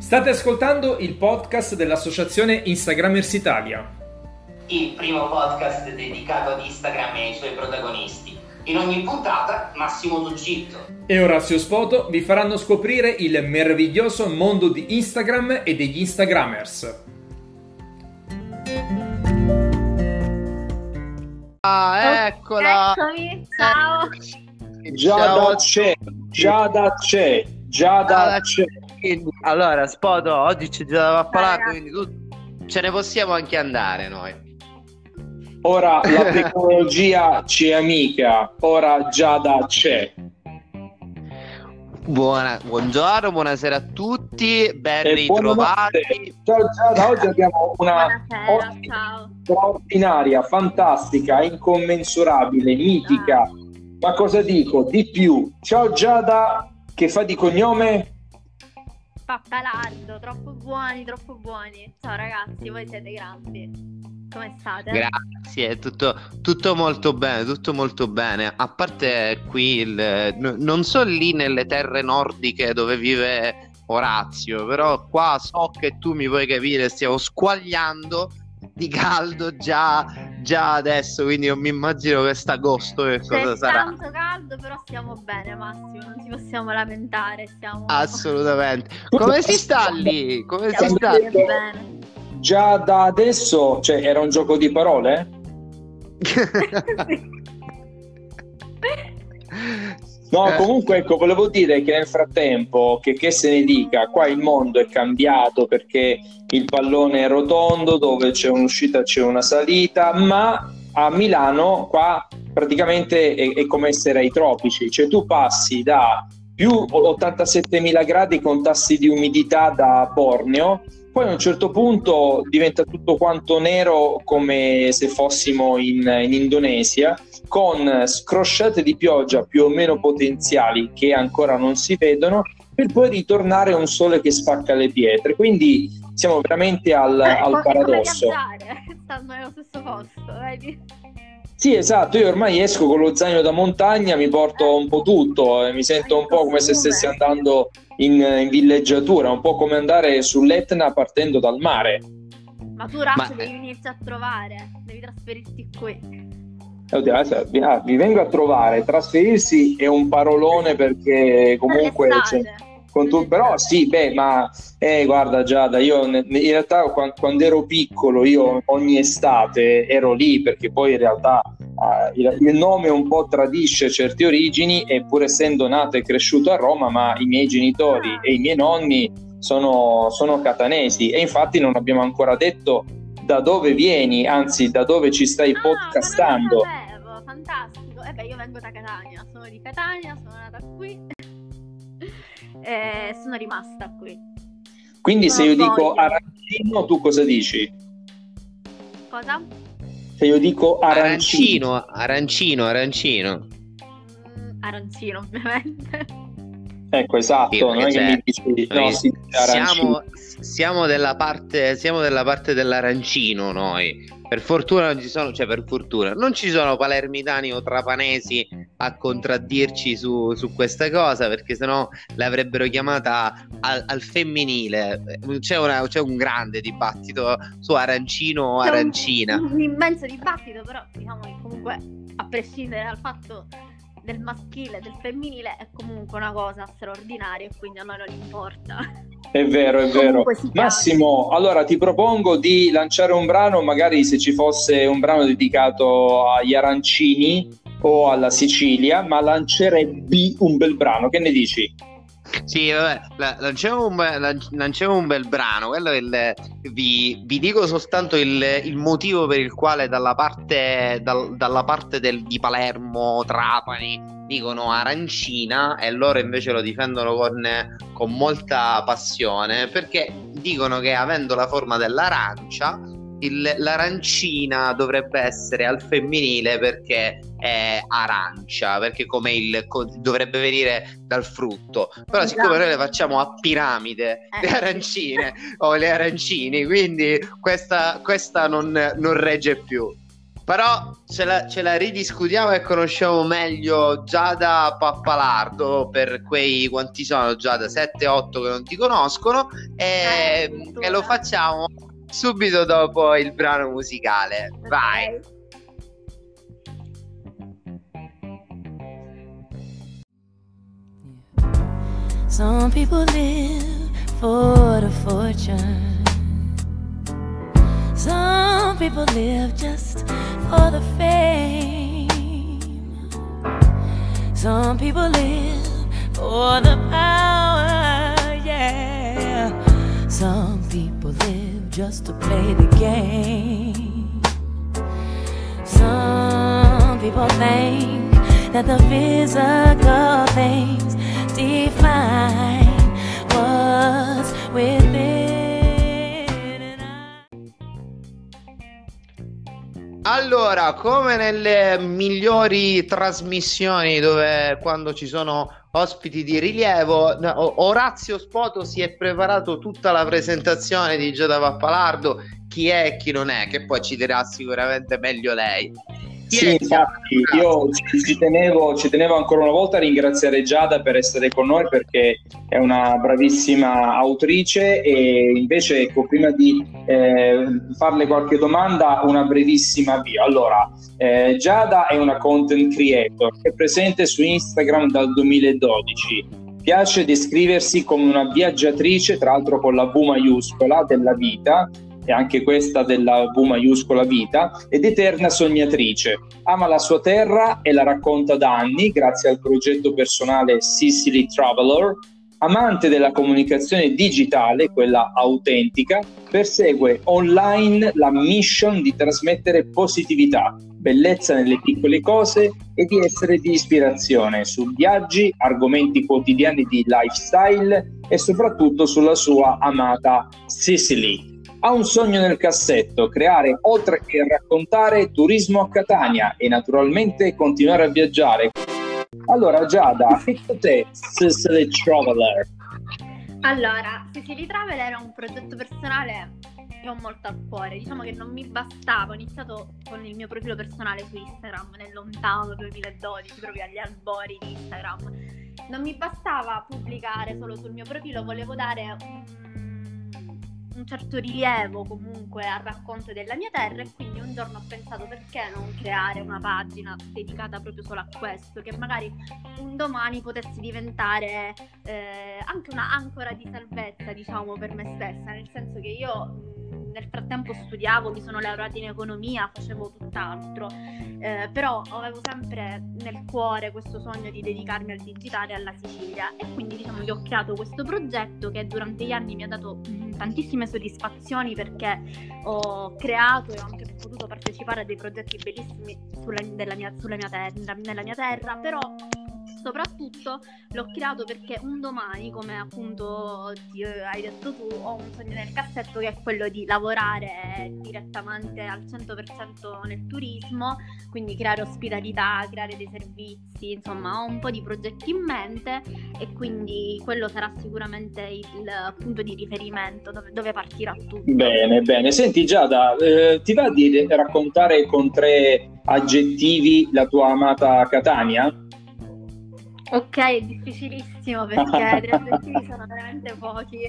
State ascoltando il podcast dell'associazione Instagrammers Italia. Il primo podcast dedicato ad Instagram e ai suoi protagonisti. In ogni puntata Massimo D'Ugitto e Orazio Spoto vi faranno scoprire il meraviglioso mondo di Instagram e degli Instagrammers. Ah, eccola! Eccomi, ciao! Giada c'è. Allora, Spoto, oggi ci doveva parlare, quindi ce ne possiamo anche andare noi. Ora la tecnologia ci è amica, ora Giada c'è. Buongiorno, buonasera a tutti, ben ritrovati. Ciao Giada, oggi abbiamo una ciao. straordinaria, fantastica, incommensurabile, mitica, ma cosa dico? Di più. Ciao Giada, che fa di cognome? Pappalardo, troppo buoni. Ciao ragazzi, voi siete grandi. Come state? Grazie, tutto molto bene, a parte qui non so lì nelle terre nordiche dove vive Orazio, però qua so che tu mi puoi capire, stiamo squagliando di caldo già adesso, quindi non mi immagino quest'agosto che cosa sarà. È tanto caldo, però stiamo bene, Massimo, non ci possiamo lamentare, assolutamente. Come si sta lì? Bene. Già da adesso, cioè, era un gioco di parole? No, comunque ecco, volevo dire che nel frattempo, che se ne dica, qua il mondo è cambiato perché il pallone è rotondo, dove c'è un'uscita c'è una salita, ma a Milano qua praticamente è come essere ai tropici, cioè tu passi da più 87.000 gradi con tassi di umidità da Borneo, poi a un certo punto diventa tutto quanto nero come se fossimo in Indonesia, con scrosciate di pioggia più o meno potenziali che ancora non si vedono, per poi ritornare a un sole che spacca le pietre. Quindi siamo veramente al paradosso. Stando nello stesso posto, vedi? Sì, esatto, io ormai esco con lo zaino da montagna, mi porto un po' tutto e mi sento un po' come se stessi andando in villeggiatura, un po' come andare sull'Etna partendo dal mare. Ma tu, Razzo, devi venirci a trovare, devi trasferirti qui. Vi vengo a trovare, trasferirsi è un parolone perché comunque però sì, ma guarda Giada, io in realtà quando ero piccolo, io ogni estate ero lì, perché poi in realtà il nome un po' tradisce certe origini, e pur essendo nato e cresciuto a Roma, ma i miei genitori e i miei nonni sono catanesi, e infatti non abbiamo ancora detto da dove vieni, anzi da dove ci stai podcastando. Fantastico. Io vengo da Catania, sono di Catania, sono nata qui. Sono rimasta qui. Quindi se io dico arancino, tu cosa dici? Cosa? Se io dico arancino. Arancino, ovviamente. Ecco, esatto, sì, non è che mi dici siamo della parte dell'arancino noi. Per fortuna non ci sono palermitani o trapanesi a contraddirci su questa cosa, perché sennò l'avrebbero chiamata al femminile. C'è un grande dibattito su arancino o arancina. Un immenso dibattito, però diciamo che comunque, a prescindere dal fatto del maschile e del femminile, è comunque una cosa straordinaria, e quindi a noi non importa. È vero. Massimo, allora ti propongo di lanciare un brano, magari se ci fosse un brano dedicato agli arancini o alla Sicilia, ma lancerebbe un bel brano, che ne dici? Sì, vabbè, lanciamo un bel brano. Quello vi dico soltanto il motivo per il quale dalla parte di Palermo, Trapani dicono arancina e loro invece lo difendono con molta passione, perché dicono che avendo la forma dell'arancia, l'arancina dovrebbe essere al femminile perché è arancia, perché dovrebbe venire dal frutto, però siccome noi le facciamo a piramide le arancine o le arancini, quindi questa non regge più. Però ce la ridiscutiamo e conosciamo meglio Giada Pappalardo, per quei, quanti sono Giada? 7-8 che non ti conoscono, e lo facciamo subito dopo il brano musicale. Vai. Some people live for the fortune. Some people live just for the fame. Some people live for the power, yeah. Some people live just to play the game. Some people think that the physical things define what's within. Allora, come nelle migliori trasmissioni dove quando ci sono ospiti di rilievo, Orazio Spoto si è preparato tutta la presentazione di Giada Pappalardo, chi è e chi non è, che poi ci dirà sicuramente meglio lei. Sì, infatti io ci tenevo ancora una volta a ringraziare Giada per essere con noi, perché è una bravissima autrice, e invece, ecco, prima di farle qualche domanda, una brevissima avvio. Allora, Giada è una content creator, è presente su Instagram dal 2012, piace descriversi come una viaggiatrice, tra l'altro con la V maiuscola, della vita, e anche questa della V maiuscola vita, ed eterna sognatrice. Ama la sua terra e la racconta da anni grazie al progetto personale Sicily Traveler. Amante della comunicazione digitale, quella autentica, persegue online la mission di trasmettere positività, bellezza nelle piccole cose e di essere di ispirazione su viaggi, argomenti quotidiani di lifestyle e soprattutto sulla sua amata Sicily. Ha un sogno nel cassetto: creare, oltre che raccontare, turismo a Catania e naturalmente continuare a viaggiare. Allora Giada, che cos'è Sicily Traveler? Allora, Sicily Traveler è un progetto personale che ho molto al cuore. Diciamo che non mi bastava, ho iniziato con il mio profilo personale su Instagram nel lontano 2012, proprio agli albori di Instagram. Non mi bastava pubblicare solo sul mio profilo, volevo dare un certo rilievo comunque al racconto della mia terra, e quindi un giorno ho pensato: perché non creare una pagina dedicata proprio solo a questo, che magari un domani potesse diventare anche una ancora di salvezza, diciamo, per me stessa, nel senso che io nel frattempo studiavo, mi sono laureata in economia, facevo tutt'altro, però avevo sempre nel cuore questo sogno di dedicarmi al digitale e alla Sicilia, e quindi diciamo che ho creato questo progetto che durante gli anni mi ha dato tantissime soddisfazioni, perché ho creato e ho anche potuto partecipare a dei progetti bellissimi nella mia terra, però soprattutto l'ho creato perché un domani, come appunto hai detto tu, ho un sogno nel cassetto, che è quello di lavorare direttamente al 100% nel turismo, quindi creare ospitalità, creare dei servizi, insomma ho un po' di progetti in mente, e quindi quello sarà sicuramente il punto di riferimento dove partirà tutto. Bene. Senti Giada, ti va di raccontare con 3 aggettivi la tua amata Catania? Ok, è difficilissimo perché 3 aggettivi sono veramente pochi.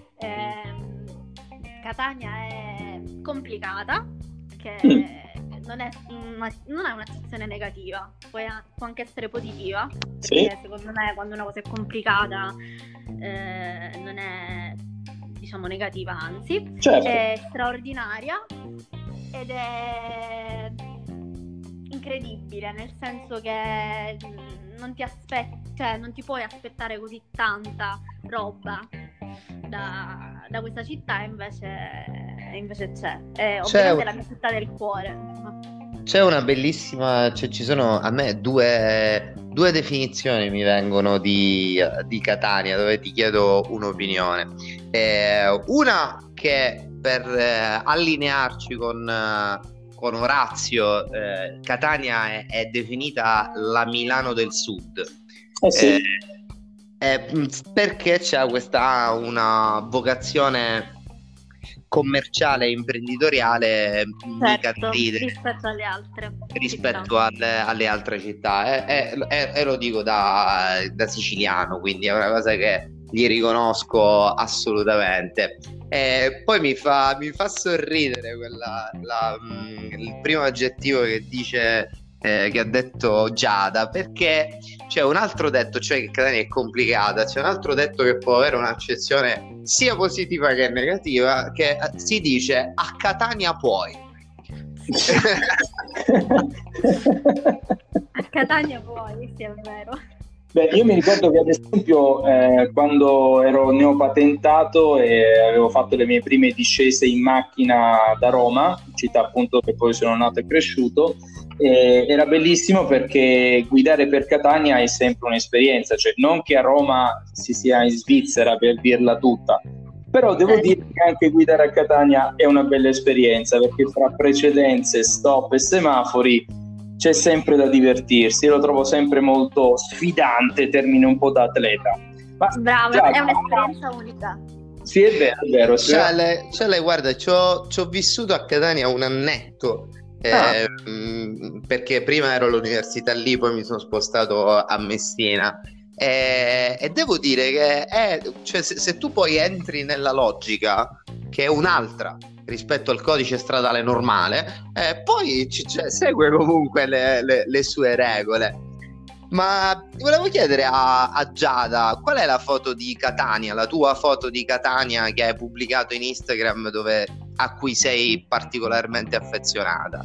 Catania è complicata, che non è un'accezione negativa, può anche essere positiva, sì. Perché secondo me quando una cosa è complicata non è, diciamo, negativa, anzi, certo. È straordinaria ed è incredibile, nel senso che non ti puoi aspettare così tanta roba da questa città, e invece c'è. È ovviamente la mia città del cuore. C'è una bellissima, ci sono a me due definizioni mi vengono di Catania, dove ti chiedo un'opinione. Una che, per allinearci con Orazio, Catania è definita la Milano del Sud, sì. Perché c'è una vocazione commerciale e imprenditoriale mica Certo, ride rispetto alle altre rispetto città. alle altre città. E lo dico da siciliano, quindi è una cosa che gli riconosco assolutamente. E poi mi fa sorridere il primo aggettivo che dice, che ha detto Giada, perché c'è un altro detto, cioè che Catania è complicata, c'è un altro detto che può avere un'accezione sia positiva che negativa, che si dice: a Catania puoi. A Catania poi, sì, è vero. Beh, io mi ricordo che ad esempio quando ero neopatentato e avevo fatto le mie prime discese in macchina da Roma, città appunto che poi sono nato e cresciuto, era bellissimo perché guidare per Catania è sempre un'esperienza, cioè non che a Roma si sia in Svizzera, per dirla tutta, però devo dire che anche guidare a Catania è una bella esperienza, perché fra precedenze, stop e semafori c'è sempre da divertirsi. Io lo trovo sempre molto sfidante, termine un po' da atleta. Ma Bravo, già, è un'esperienza unica. sì, è vero. Sì. Lei, guarda, c'ho vissuto a Catania un annetto, perché prima ero all'università lì, poi mi sono spostato a Messina. E devo dire che cioè, se tu poi entri nella logica, che è un'altra rispetto al codice stradale normale, poi segue comunque le sue regole. Ma volevo chiedere a Giada, qual è la foto di Catania, la tua foto di Catania che hai pubblicato in Instagram, a cui sei particolarmente affezionata?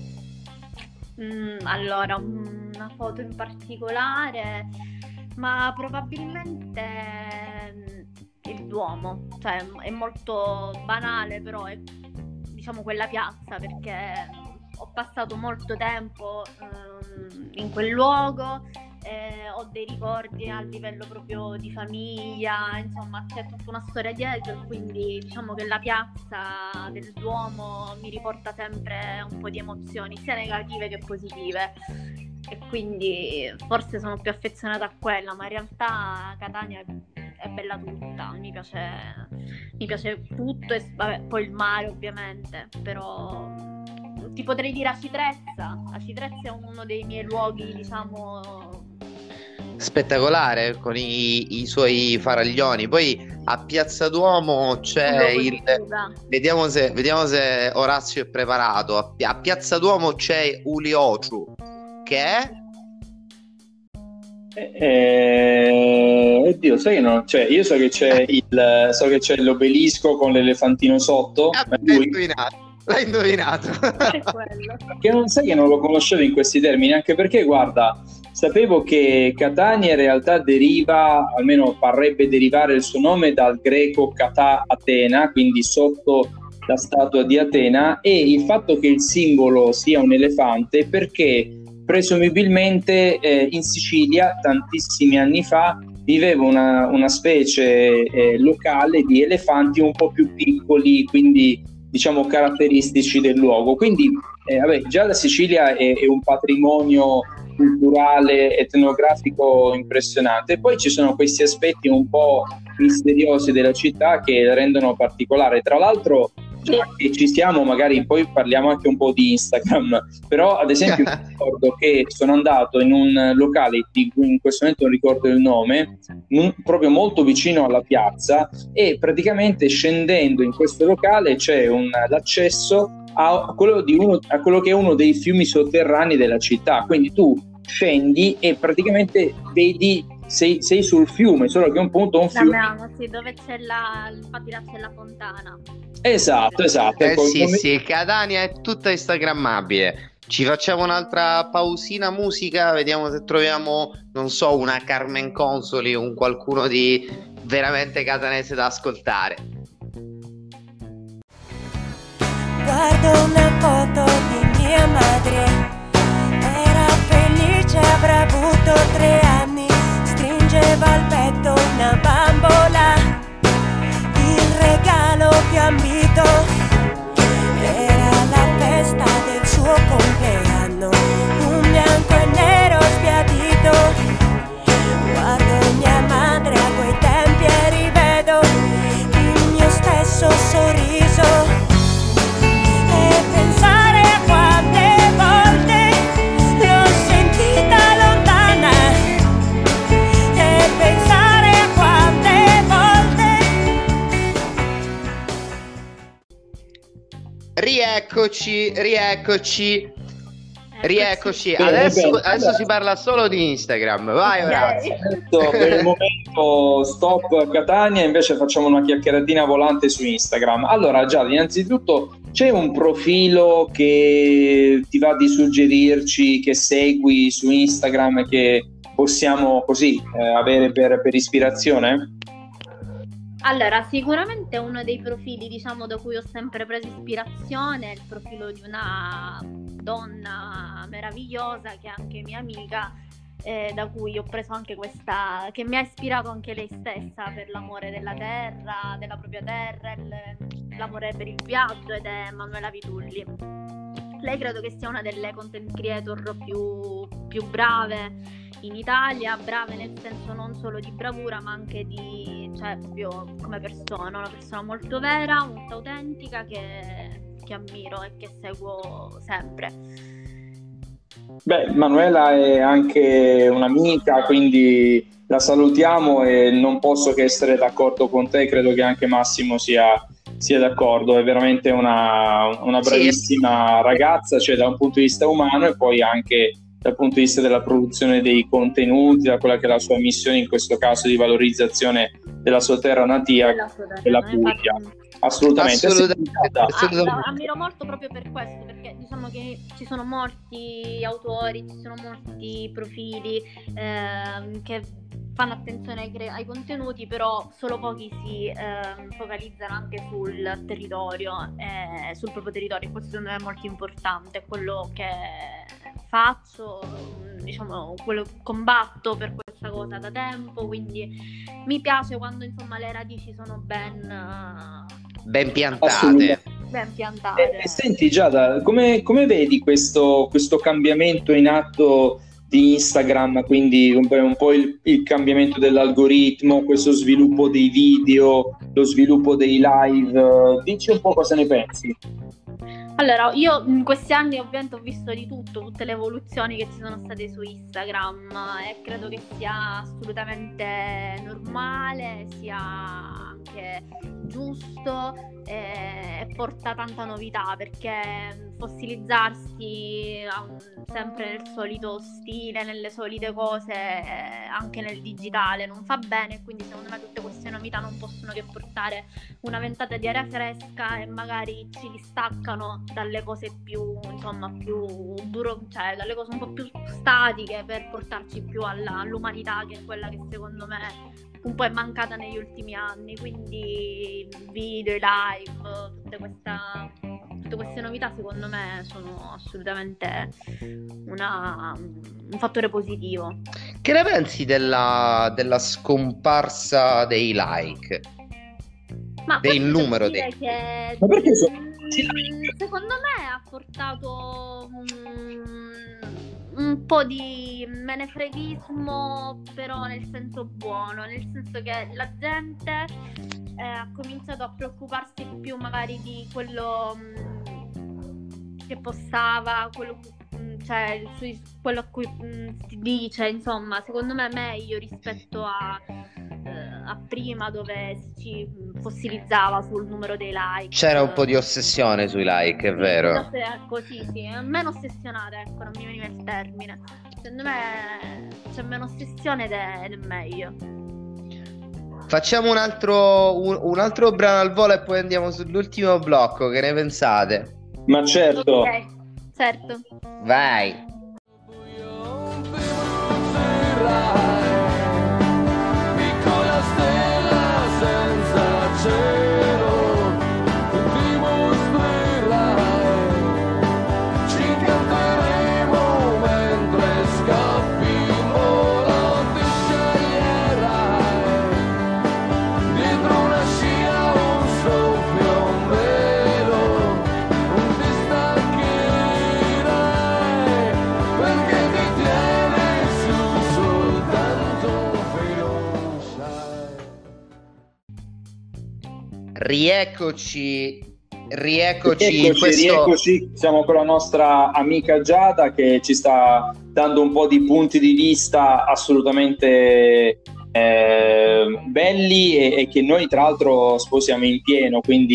Allora, una foto in particolare, ma probabilmente il Duomo, cioè è molto banale, però è, diciamo, quella piazza, perché ho passato molto tempo in quel luogo, ho dei ricordi a livello proprio di famiglia, insomma c'è tutta una storia dietro, quindi diciamo che la piazza del Duomo mi riporta sempre un po' di emozioni, sia negative che positive, e quindi forse sono più affezionata a quella, ma in realtà Catania è bella tutta, mi piace tutto, e vabbè, poi il mare ovviamente, però ti potrei dire Acitrezza è uno dei miei luoghi, diciamo, spettacolare, con i suoi faraglioni. Poi a Piazza Duomo c'è vediamo se Orazio è preparato. A Piazza Duomo c'è Uliociu, che è oddio, sai che non, cioè, io so che c'è l'obelisco con l'elefantino sotto. L'hai indovinato. Che non sai che non lo conoscevo in questi termini, anche perché guarda, sapevo che Catania in realtà deriva, almeno parrebbe derivare il suo nome dal greco Catà Atena, quindi sotto la statua di Atena, e il fatto che il simbolo sia un elefante perché presumibilmente in Sicilia tantissimi anni fa viveva una specie locale di elefanti un po' più piccoli, quindi diciamo caratteristici del luogo. Quindi già la Sicilia è un patrimonio culturale, etnografico impressionante. Poi ci sono questi aspetti un po' misteriosi della città che la rendono particolare. Tra l'altro, già che ci siamo, magari poi parliamo anche un po' di Instagram, però ad esempio mi ricordo che sono andato in un locale di cui in questo momento non ricordo il nome, proprio molto vicino alla piazza, e praticamente scendendo in questo locale c'è l'accesso a quello che è uno dei fiumi sotterranei della città, quindi tu scendi e praticamente vedi, sei sul fiume, solo che è un punto un fiume. Sì, dove c'è infatti là c'è la fontana. Esatto. Sì, Catania è tutta instagrammabile. Ci facciamo un'altra pausina musica, vediamo se troviamo, non so, una Carmen Consoli, un qualcuno di veramente catanese da ascoltare. Guardo una foto di mia madre, era felice, avrà avuto 3 anni, stringeva al petto una bambola, il regalo più ambito, era la festa del suo compleanno, un bianco e nero sbiadito, guardo mia madre a quei tempi e rivedo il mio stesso sorriso. Rieccoci. Bene, Adesso si parla solo di Instagram. Vai, grazie. Per il momento stop Catania, invece facciamo una chiacchieratina volante su Instagram. Allora, Giada, innanzitutto c'è un profilo che ti va di suggerirci, che segui su Instagram, che possiamo così avere per ispirazione? Allora, sicuramente uno dei profili, diciamo, da cui ho sempre preso ispirazione è il profilo di una donna meravigliosa che è anche mia amica, da cui ho preso anche questa, che mi ha ispirato anche lei stessa per l'amore della terra, della propria terra, l'amore per il viaggio, ed è Manuela Vitulli. Lei credo che sia una delle content creator più brave in Italia, brave nel senso non solo di bravura ma anche cioè proprio come persona, una persona molto vera, molto autentica che ammiro e che seguo sempre. Beh, Manuela è anche un'amica, quindi la salutiamo e non posso che essere d'accordo con te, credo che anche Massimo sia d'accordo, è veramente una bravissima ragazza, cioè da un punto di vista umano e poi anche dal punto di vista della produzione dei contenuti, da quella che è la sua missione, in questo caso di valorizzazione della sua terra natia, della Puglia. Assolutamente. Ammiro molto proprio per questo, perché diciamo che ci sono molti autori, ci sono molti profili che fanno attenzione ai contenuti, però solo pochi si focalizzano anche sul territorio, sul proprio territorio. Questo secondo me è molto importante, è quello che faccio, diciamo, quello combatto per questa cosa da tempo, quindi mi piace quando insomma le radici sono ben piantate. Senti Giada, come vedi questo cambiamento in atto di Instagram, quindi un po' il cambiamento dell'algoritmo, questo sviluppo dei video, lo sviluppo dei live? Dici un po' cosa ne pensi. Allora, io in questi anni ovviamente ho visto di tutto, tutte le evoluzioni che ci sono state su Instagram, e credo che sia assolutamente normale, sia anche giusto, e porta tanta novità, perché fossilizzarsi sempre nel solito stile, nelle solite cose, anche nel digitale non fa bene, quindi secondo me tutte queste novità non possono che portare una ventata di aria fresca e magari ci distaccano dalle cose più duro, cioè dalle cose un po' più statiche, per portarci più all'umanità, che è quella che secondo me un po' è mancata negli ultimi anni. Quindi video, i live, tutte queste novità secondo me sono assolutamente un fattore positivo. Che ne pensi della scomparsa dei like? Del numero dei like? Ma perché secondo me ha portato un po' di menefreghismo, però nel senso buono, nel senso che la gente ha cominciato a preoccuparsi più magari di quello che postava, quello a cui si dice, insomma, secondo me è meglio rispetto a prima, dove ci fossilizzava sul numero dei like. C'era un po' di ossessione sui like, è vero. Ecco, sì, meno ossessionata, ecco, non mi veniva il termine. Secondo me c'è meno ossessione ed è meglio. Facciamo un altro brano al volo e poi andiamo sull'ultimo blocco, che ne pensate? Ma certo. Ok, certo. Vai. Rieccoci, siamo con la nostra amica Giada, che ci sta dando un po' di punti di vista assolutamente belli e che noi tra l'altro sposiamo in pieno, quindi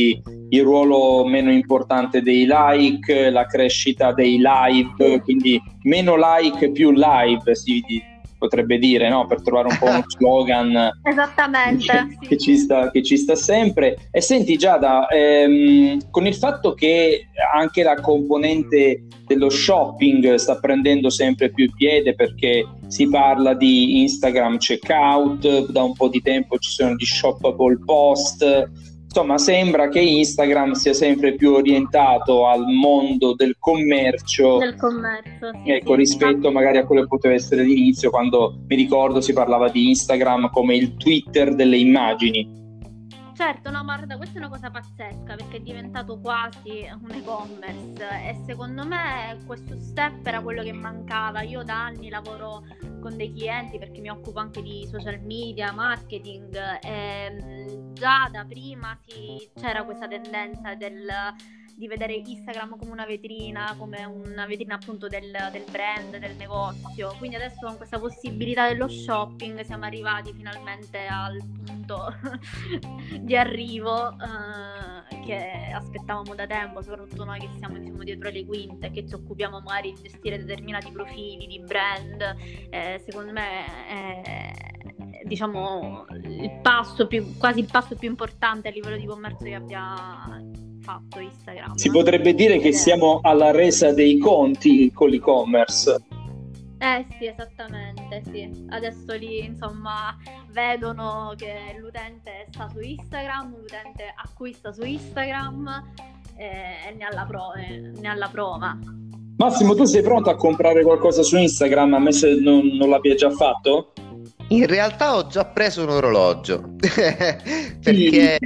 il ruolo meno importante dei like, la crescita dei live, quindi meno like più live si potrebbe dire, no? Per trovare un po' uno slogan Esattamente, che ci sta sempre. E senti Giada, con il fatto che anche la componente dello shopping sta prendendo sempre più piede, perché si parla di Instagram checkout, da un po' di tempo ci sono gli shoppable post, insomma sembra che Instagram sia sempre più orientato al mondo del commercio, sì, ecco, sì. rispetto magari a quello che poteva essere l'inizio, quando mi ricordo si parlava di Instagram come il Twitter delle immagini. Certo, no, ma guarda, questa è una cosa pazzesca, perché è diventato quasi un e-commerce e secondo me questo step era quello che mancava. Io da anni lavoro con dei clienti perché mi occupo anche di social media, marketing, e già da prima c'era questa tendenza di vedere Instagram come una vetrina appunto del brand, del negozio. Quindi adesso con questa possibilità dello shopping siamo arrivati finalmente al punto di arrivo che aspettavamo da tempo, soprattutto noi che siamo dietro le quinte, che ci occupiamo magari di gestire determinati profili di brand. Secondo me è, diciamo, quasi il passo più importante a livello di commercio che abbia fatto Instagram. Si potrebbe dire che siamo alla resa dei conti con l'e-commerce. Sì, esattamente, sì. Adesso lì, insomma, vedono che l'utente sta su Instagram, l'utente acquista su Instagram e ne ha la prova. Massimo, tu sei pronto a comprare qualcosa su Instagram, ammesso che non l'abbia già fatto? In realtà ho già preso un orologio perché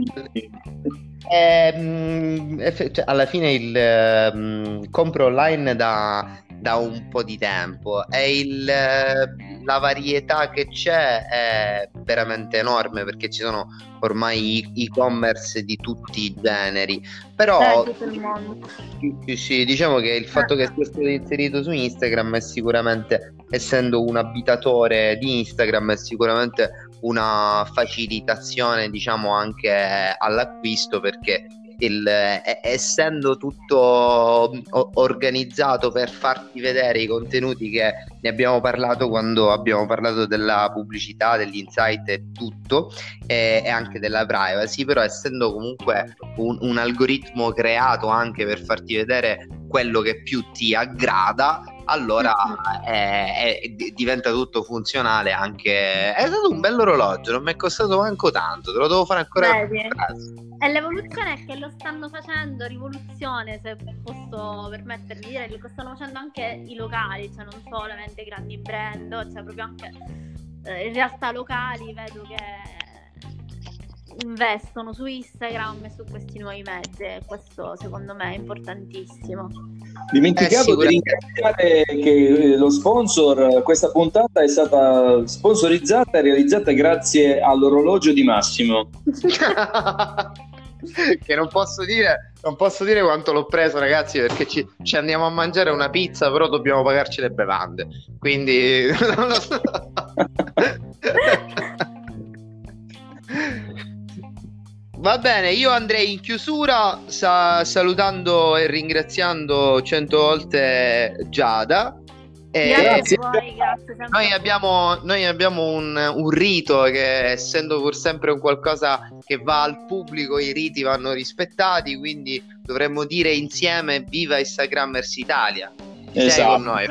cioè, alla fine compro online da un po' di tempo e la varietà che c'è è veramente enorme, perché ci sono ormai e-commerce di tutti i generi, però tutto il mondo. sì, diciamo che il fatto che sia stato inserito su Instagram è sicuramente, essendo un abitatore di Instagram, è sicuramente una facilitazione, diciamo, anche all'acquisto, perché essendo tutto organizzato per farti vedere i contenuti, che ne abbiamo parlato quando abbiamo parlato della pubblicità, degli insight e tutto, e anche della privacy, però essendo comunque un algoritmo creato anche per farti vedere quello che più ti aggrada, allora diventa tutto funzionale. Anche è stato un bell'orologio, non mi è costato manco tanto, te lo devo fare ancora. E l'evoluzione è che lo stanno facendo, rivoluzione, se posso permettermi di dire, lo stanno facendo anche i locali, cioè non solamente i grandi brand, cioè proprio anche in realtà locali vedo che investono su Instagram e su questi nuovi mezzi, e questo secondo me è importantissimo. Dimenticato di ringraziare che lo sponsor, questa puntata è stata sponsorizzata e realizzata grazie all'orologio di Massimo. Che non posso dire quanto l'ho preso, ragazzi, perché ci andiamo a mangiare una pizza, però dobbiamo pagarci le bevande, quindi non lo so. Va bene, io andrei in chiusura salutando e ringraziando 100 volte Giada. Grazie a voi, grazie. Noi abbiamo un rito, che essendo pur sempre un qualcosa che va al pubblico, i riti vanno rispettati, quindi dovremmo dire insieme: viva Instagrammers Italia. Esatto. Sei con noi.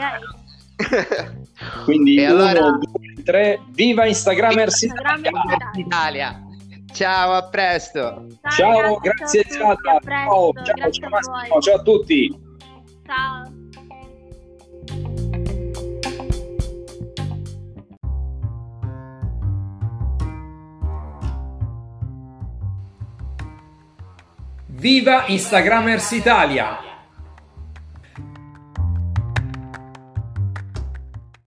Quindi allora, 1, 2, 3, viva Instagrammers Italia. Ciao, a presto. Ciao, grazie Giada. Ciao Massimo, ciao a tutti. Ciao. Viva Instagrammers Italia!